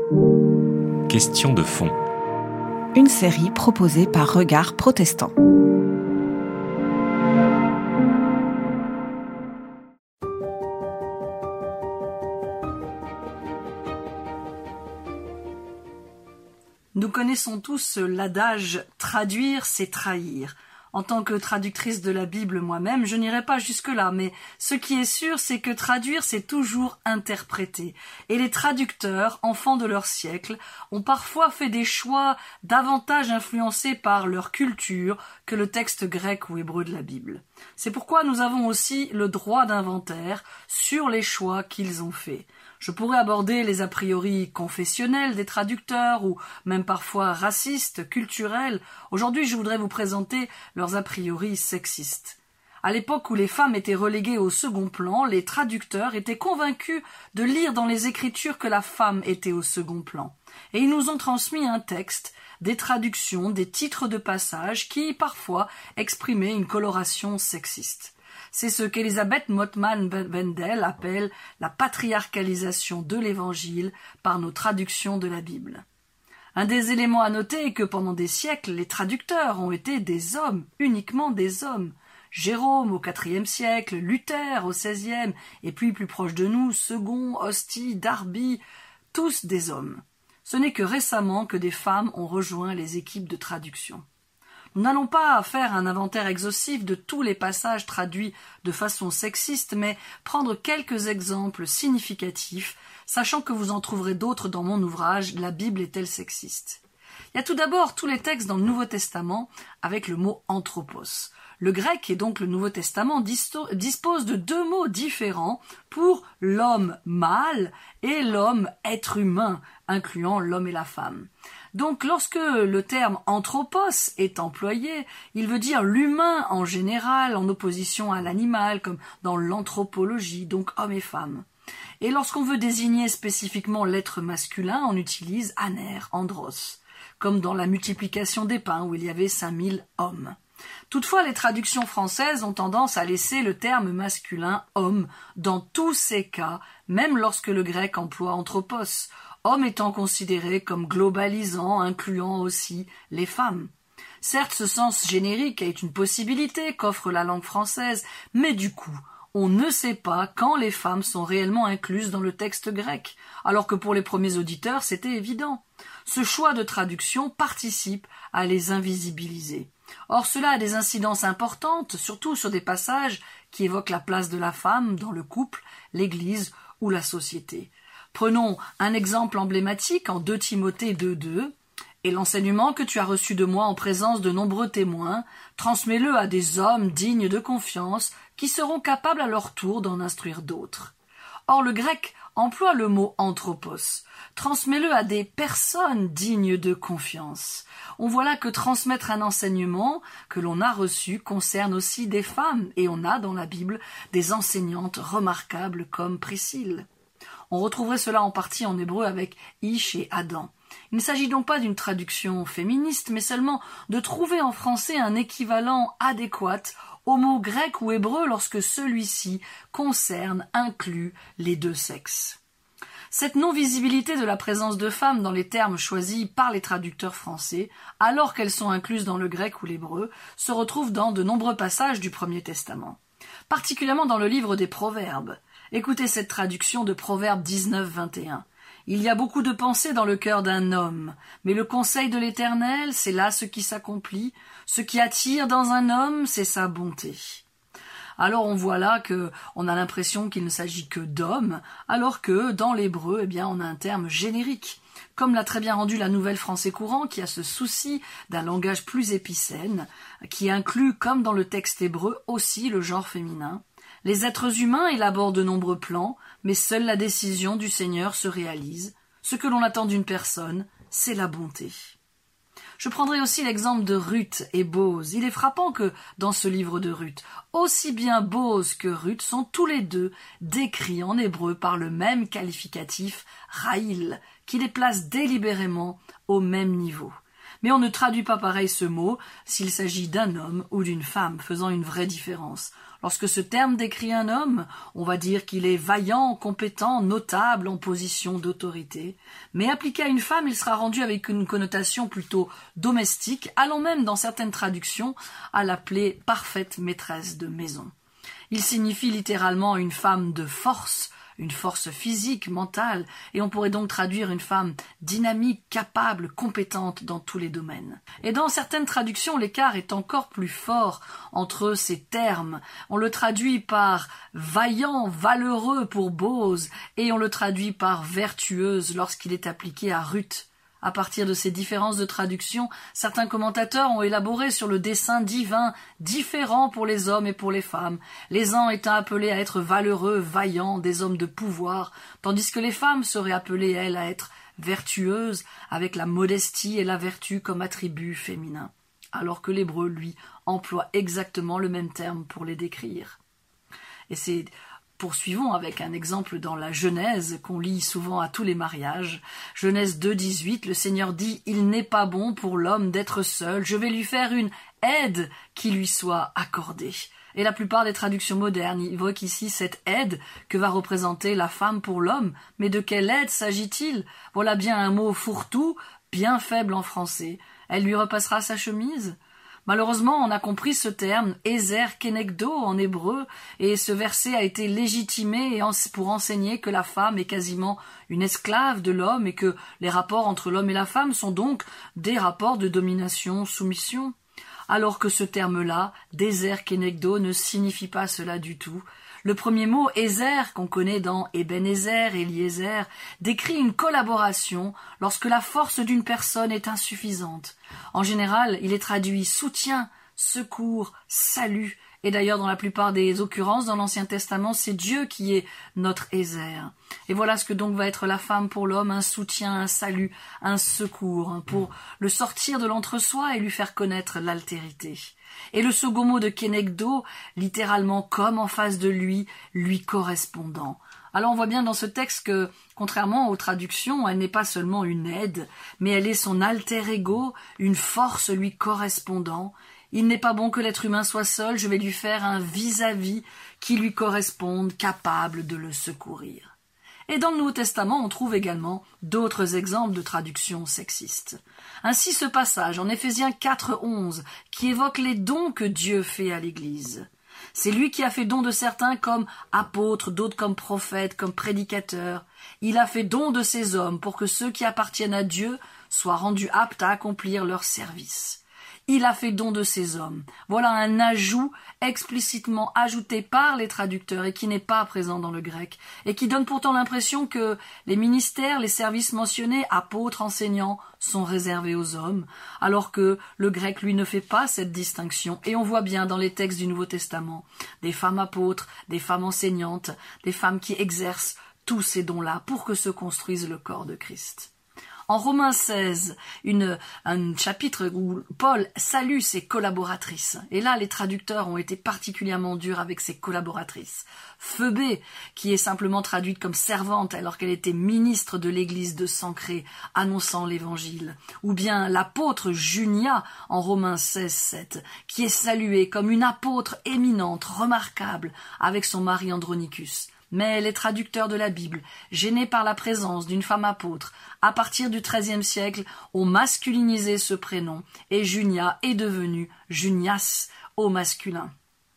Question de fond. Une série proposée par Regard Protestant. Nous connaissons tous l'adage « traduire, c'est trahir ». En tant que traductrice de la Bible moi-même, je n'irai pas jusque-là, mais ce qui est sûr, c'est que traduire, c'est toujours interpréter. Et les traducteurs, enfants de leur siècle, ont parfois fait des choix davantage influencés par leur culture que le texte grec ou hébreu de la Bible. C'est pourquoi nous avons aussi le droit d'inventaire sur les choix qu'ils ont faits. Je pourrais aborder les a priori confessionnels des traducteurs ou même parfois racistes, culturels. Aujourd'hui, je voudrais vous présenter leurs a priori sexistes. À l'époque où les femmes étaient reléguées au second plan, les traducteurs étaient convaincus de lire dans les Écritures que la femme était au second plan. Et ils nous ont transmis un texte, des traductions, des titres de passages qui, parfois, exprimaient une coloration sexiste. C'est ce qu'Elisabeth Mottmann-Wendel appelle la patriarcalisation de l'Évangile par nos traductions de la Bible. Un des éléments à noter est que pendant des siècles, les traducteurs ont été des hommes, uniquement des hommes. Jérôme au IVe siècle, Luther au XVIe, et puis plus proche de nous, Second, Ostie, Darby, tous des hommes. Ce n'est que récemment que des femmes ont rejoint les équipes de traduction. Nous n'allons pas faire un inventaire exhaustif de tous les passages traduits de façon sexiste, mais prendre quelques exemples significatifs, sachant que vous en trouverez d'autres dans mon ouvrage « La Bible est-elle sexiste ?» Il y a tout d'abord tous les textes dans le Nouveau Testament avec le mot « anthropos ». Le grec, et donc le Nouveau Testament, dispose de deux mots différents pour l'homme mâle et l'homme être humain, incluant l'homme et la femme. Donc lorsque le terme anthropos est employé, il veut dire l'humain en général, en opposition à l'animal, comme dans l'anthropologie, donc homme et femme. Et lorsqu'on veut désigner spécifiquement l'être masculin, on utilise aner, andros, comme dans la multiplication des pains où il y avait 5000 hommes. Toutefois, les traductions françaises ont tendance à laisser le terme masculin « homme » dans tous ces cas, même lorsque le grec emploie « anthropos », homme étant considéré comme globalisant, incluant aussi les femmes. Certes, ce sens générique est une possibilité qu'offre la langue française, mais du coup, on ne sait pas quand les femmes sont réellement incluses dans le texte grec, alors que pour les premiers auditeurs, c'était évident. Ce choix de traduction participe à les invisibiliser. Or, cela a des incidences importantes, surtout sur des passages qui évoquent la place de la femme dans le couple, l'Église ou la société. Prenons un exemple emblématique en 2 Timothée 2.2. « Et l'enseignement que tu as reçu de moi en présence de nombreux témoins, transmets-le à des hommes dignes de confiance qui seront capables à leur tour d'en instruire d'autres. » Or, le grec emploie le mot « anthropos ». Transmets-le à des personnes dignes de confiance. On voit là que transmettre un enseignement que l'on a reçu concerne aussi des femmes, et on a dans la Bible des enseignantes remarquables comme Priscille. On retrouverait cela en partie en hébreu avec Ish et Adam. Il ne s'agit donc pas d'une traduction féministe, mais seulement de trouver en français un équivalent adéquat au mot grec ou hébreu lorsque celui-ci concerne, inclut les deux sexes. Cette non-visibilité de la présence de femmes dans les termes choisis par les traducteurs français, alors qu'elles sont incluses dans le grec ou l'hébreu, se retrouve dans de nombreux passages du Premier Testament, particulièrement dans le livre des Proverbes. Écoutez cette traduction de Proverbe 19, 21. « Il y a beaucoup de pensées dans le cœur d'un homme, mais le conseil de l'Éternel, c'est là ce qui s'accomplit. Ce qui attire dans un homme, c'est sa bonté. » Alors on voit là qu'on a l'impression qu'il ne s'agit que d'hommes, alors que dans l'hébreu, on a un terme générique. Comme l'a très bien rendu la Nouvelle Français Courant, qui a ce souci d'un langage plus épicène, qui inclut, comme dans le texte hébreu, aussi le genre féminin. Les êtres humains élaborent de nombreux plans, mais seule la décision du Seigneur se réalise. Ce que l'on attend d'une personne, c'est la bonté. Je prendrai aussi l'exemple de Ruth et Boz. Il est frappant que, dans ce livre de Ruth, aussi bien Boz que Ruth sont tous les deux décrits en hébreu par le même qualificatif, Raïl, qui les place délibérément au même niveau. Mais on ne traduit pas pareil ce mot s'il s'agit d'un homme ou d'une femme, faisant une vraie différence. Lorsque ce terme décrit un homme, on va dire qu'il est vaillant, compétent, notable, en position d'autorité. Mais appliqué à une femme, il sera rendu avec une connotation plutôt domestique, allant même dans certaines traductions à l'appeler parfaite maîtresse de maison. Il signifie littéralement une femme de force, une force physique, mentale, et on pourrait donc traduire une femme dynamique, capable, compétente dans tous les domaines. Et dans certaines traductions, l'écart est encore plus fort entre ces termes. On le traduit par vaillant, valeureux pour Bose, et on le traduit par vertueuse lorsqu'il est appliqué à Ruth. À partir de ces différences de traduction, certains commentateurs ont élaboré sur le dessein divin différent pour les hommes et pour les femmes, les uns étant appelés à être valeureux, vaillants, des hommes de pouvoir, tandis que les femmes seraient appelées, elles, à être vertueuses, avec la modestie et la vertu comme attributs féminins, alors que l'hébreu, lui, emploie exactement le même terme pour les décrire. Et poursuivons avec un exemple dans la Genèse qu'on lit souvent à tous les mariages. Genèse 2,18, le Seigneur dit « Il n'est pas bon pour l'homme d'être seul, je vais lui faire une aide qui lui soit accordée. » Et la plupart des traductions modernes évoquent ici cette aide que va représenter la femme pour l'homme. Mais de quelle aide s'agit-il? Voilà bien un mot fourre-tout, bien faible en français. Elle lui repassera sa chemise? Malheureusement, on a compris ce terme, Ezer Kenegdo en hébreu, et ce verset a été légitimé pour enseigner que la femme est quasiment une esclave de l'homme et que les rapports entre l'homme et la femme sont donc des rapports de domination-soumission. Alors que ce terme-là, Ezer Kenegdo, ne signifie pas cela du tout. Le premier mot, Ezer, qu'on connaît dans Ebenezer, Eliezer, décrit une collaboration lorsque la force d'une personne est insuffisante. En général, il est traduit soutien, secours, salut. Et d'ailleurs, dans la plupart des occurrences dans l'Ancien Testament, c'est Dieu qui est notre Ezer. Et voilà ce que donc va être la femme pour l'homme, un soutien, un salut, un secours, pour le sortir de l'entre-soi et lui faire connaître l'altérité. Et le second mot de Kenegdo, littéralement comme en face de lui correspondant. Alors on voit bien dans ce texte que, contrairement aux traductions, elle n'est pas seulement une aide, mais elle est son alter ego, une force lui correspondant. Il n'est pas bon que l'être humain soit seul, je vais lui faire un vis-à-vis qui lui corresponde, capable de le secourir. Et dans le Nouveau Testament, on trouve également d'autres exemples de traductions sexistes. Ainsi ce passage en Éphésiens 4:11 qui évoque les dons que Dieu fait à l'Église. C'est lui qui a fait don de certains comme apôtres, d'autres comme prophètes, comme prédicateurs. Il a fait don de ces hommes pour que ceux qui appartiennent à Dieu soient rendus aptes à accomplir leur service. Il a fait don de ces hommes. Voilà un ajout explicitement ajouté par les traducteurs et qui n'est pas présent dans le grec et qui donne pourtant l'impression que les ministères, les services mentionnés, apôtres, enseignants, sont réservés aux hommes, alors que le grec, lui, ne fait pas cette distinction. Et on voit bien dans les textes du Nouveau Testament des femmes apôtres, des femmes enseignantes, des femmes qui exercent tous ces dons-là pour que se construise le corps de Christ. En Romains 16, un chapitre où Paul salue ses collaboratrices. Et là, les traducteurs ont été particulièrement durs avec ses collaboratrices. Phoebé, qui est simplement traduite comme servante alors qu'elle était ministre de l'église de Sancré, annonçant l'évangile. Ou bien l'apôtre Junia, en Romains 16, 7, qui est saluée comme une apôtre éminente, remarquable, avec son mari Andronicus. Mais les traducteurs de la Bible, gênés par la présence d'une femme apôtre, à partir du XIIIe siècle, ont masculinisé ce prénom, et Junia est devenue Junias au masculin.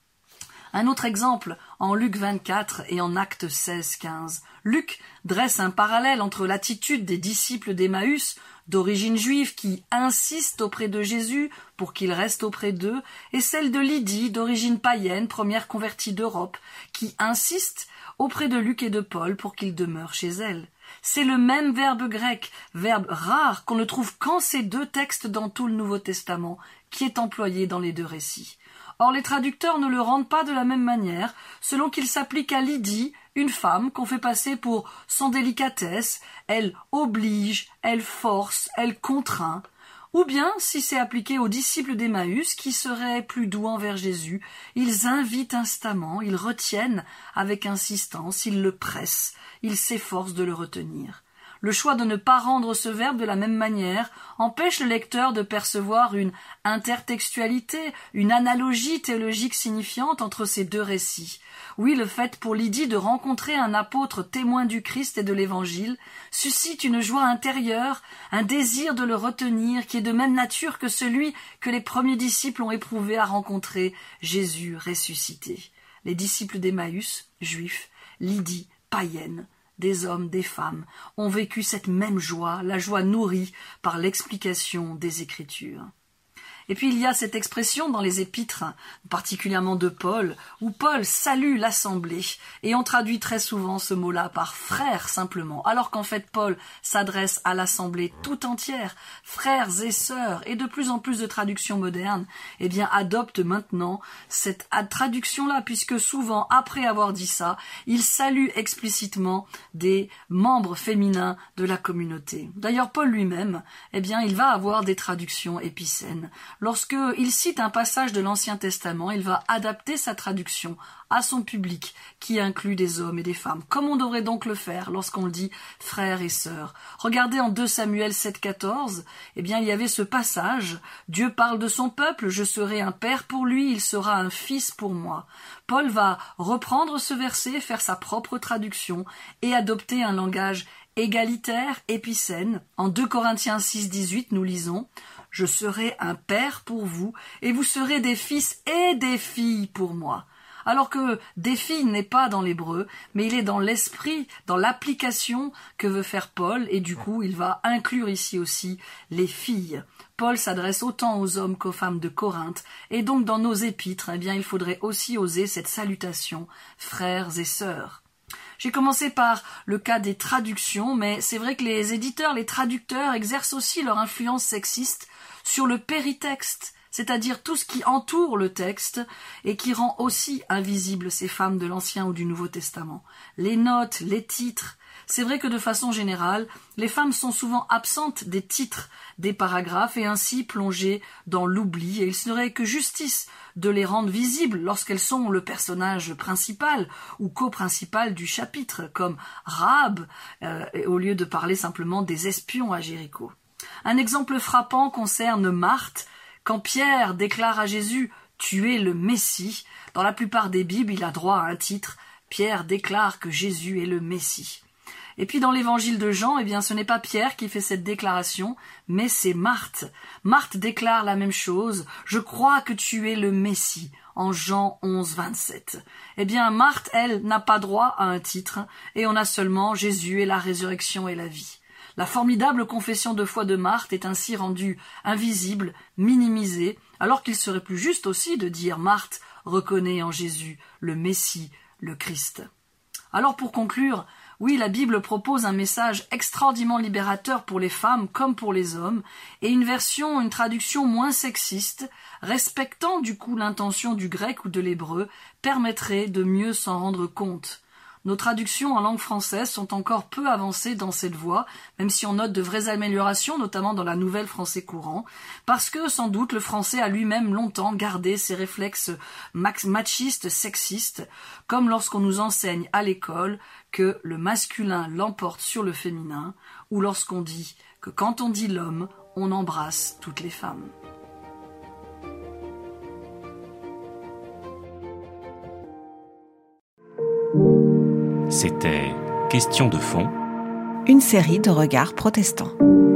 Un autre exemple, en Luc 24 et en Actes 16, 15. Luc dresse un parallèle entre l'attitude des disciples d'Emmaüs, d'origine juive, qui insistent auprès de Jésus pour qu'il reste auprès d'eux, et celle de Lydie, d'origine païenne, première convertie d'Europe, qui insiste auprès de Luc et de Paul pour qu'ils demeurent chez elle. C'est le même verbe grec, verbe rare qu'on ne trouve qu'en ces deux textes dans tout le Nouveau Testament, qui est employé dans les deux récits. Or, les traducteurs ne le rendent pas de la même manière, selon qu'il s'applique à Lydie, une femme qu'on fait passer pour sans délicatesse, elle oblige, elle force, elle contraint, ou bien, si c'est appliqué aux disciples d'Emmaüs, qui seraient plus doux envers Jésus, ils invitent instamment, ils retiennent avec insistance, ils le pressent, ils s'efforcent de le retenir. Le choix de ne pas rendre ce verbe de la même manière empêche le lecteur de percevoir une intertextualité, une analogie théologique signifiante entre ces deux récits. Oui, le fait pour Lydie de rencontrer un apôtre témoin du Christ et de l'Évangile suscite une joie intérieure, un désir de le retenir qui est de même nature que celui que les premiers disciples ont éprouvé à rencontrer Jésus ressuscité. Les disciples d'Emmaüs, juifs, Lydie, païenne, des hommes, des femmes, ont vécu cette même joie, la joie nourrie par l'explication des Écritures. Et puis il y a cette expression dans les épîtres, particulièrement de Paul, où Paul salue l'assemblée, et on traduit très souvent ce mot-là par frères simplement, alors qu'en fait Paul s'adresse à l'assemblée tout entière, frères et sœurs, et de plus en plus de traductions modernes, adoptent maintenant cette traduction-là, puisque souvent, après avoir dit ça, il salue explicitement des membres féminins de la communauté. D'ailleurs, Paul lui-même, il va avoir des traductions épicènes. Lorsqu'il cite un passage de l'Ancien Testament, il va adapter sa traduction à son public, qui inclut des hommes et des femmes, comme on devrait donc le faire lorsqu'on dit frères et sœurs. Regardez en 2 Samuel 7,14, il y avait ce passage, Dieu parle de son peuple, je serai un père pour lui, il sera un fils pour moi. Paul va reprendre ce verset, faire sa propre traduction et adopter un langage égalitaire, épicène. En 2 Corinthiens 6,18, nous lisons « Je serai un père pour vous, et vous serez des fils et des filles pour moi. » Alors que des filles n'est pas dans l'hébreu, mais il est dans l'esprit, dans l'application que veut faire Paul, et du coup il va inclure ici aussi les filles. Paul s'adresse autant aux hommes qu'aux femmes de Corinthe, et donc dans nos épîtres, il faudrait aussi oser cette salutation, frères et sœurs. J'ai commencé par le cas des traductions, mais c'est vrai que les éditeurs, les traducteurs exercent aussi leur influence sexiste sur le péritexte, c'est-à-dire tout ce qui entoure le texte et qui rend aussi invisibles ces femmes de l'Ancien ou du Nouveau Testament. Les notes, les titres. C'est vrai que de façon générale, les femmes sont souvent absentes des titres des paragraphes et ainsi plongées dans l'oubli, et il serait que justice de les rendre visibles lorsqu'elles sont le personnage principal ou co-principal du chapitre, comme Rahab, au lieu de parler simplement des espions à Jéricho. Un exemple frappant concerne Marthe, quand Pierre déclare à Jésus « Tu es le Messie », dans la plupart des Bibles, il a droit à un titre « Pierre déclare que Jésus est le Messie ». Et puis dans l'évangile de Jean, ce n'est pas Pierre qui fait cette déclaration, mais c'est Marthe. Marthe déclare la même chose, « Je crois que tu es le Messie », en Jean 11, 27. Marthe, elle, n'a pas droit à un titre, et on a seulement « Jésus est la résurrection et la vie ». La formidable confession de foi de Marthe est ainsi rendue invisible, minimisée, alors qu'il serait plus juste aussi de dire « Marthe reconnaît en Jésus le Messie, le Christ ». Alors pour conclure, oui, la Bible propose un message extraordinairement libérateur pour les femmes comme pour les hommes, et une traduction moins sexiste, respectant du coup l'intention du grec ou de l'hébreu, permettrait de mieux s'en rendre compte. Nos traductions en langue française sont encore peu avancées dans cette voie, même si on note de vraies améliorations, notamment dans la nouvelle français courant, parce que sans doute le français a lui-même longtemps gardé ses réflexes machistes, sexistes, comme lorsqu'on nous enseigne à l'école que le masculin l'emporte sur le féminin, ou lorsqu'on dit que quand on dit l'homme, on embrasse toutes les femmes. C'était Question de fond. Une série de regards protestants.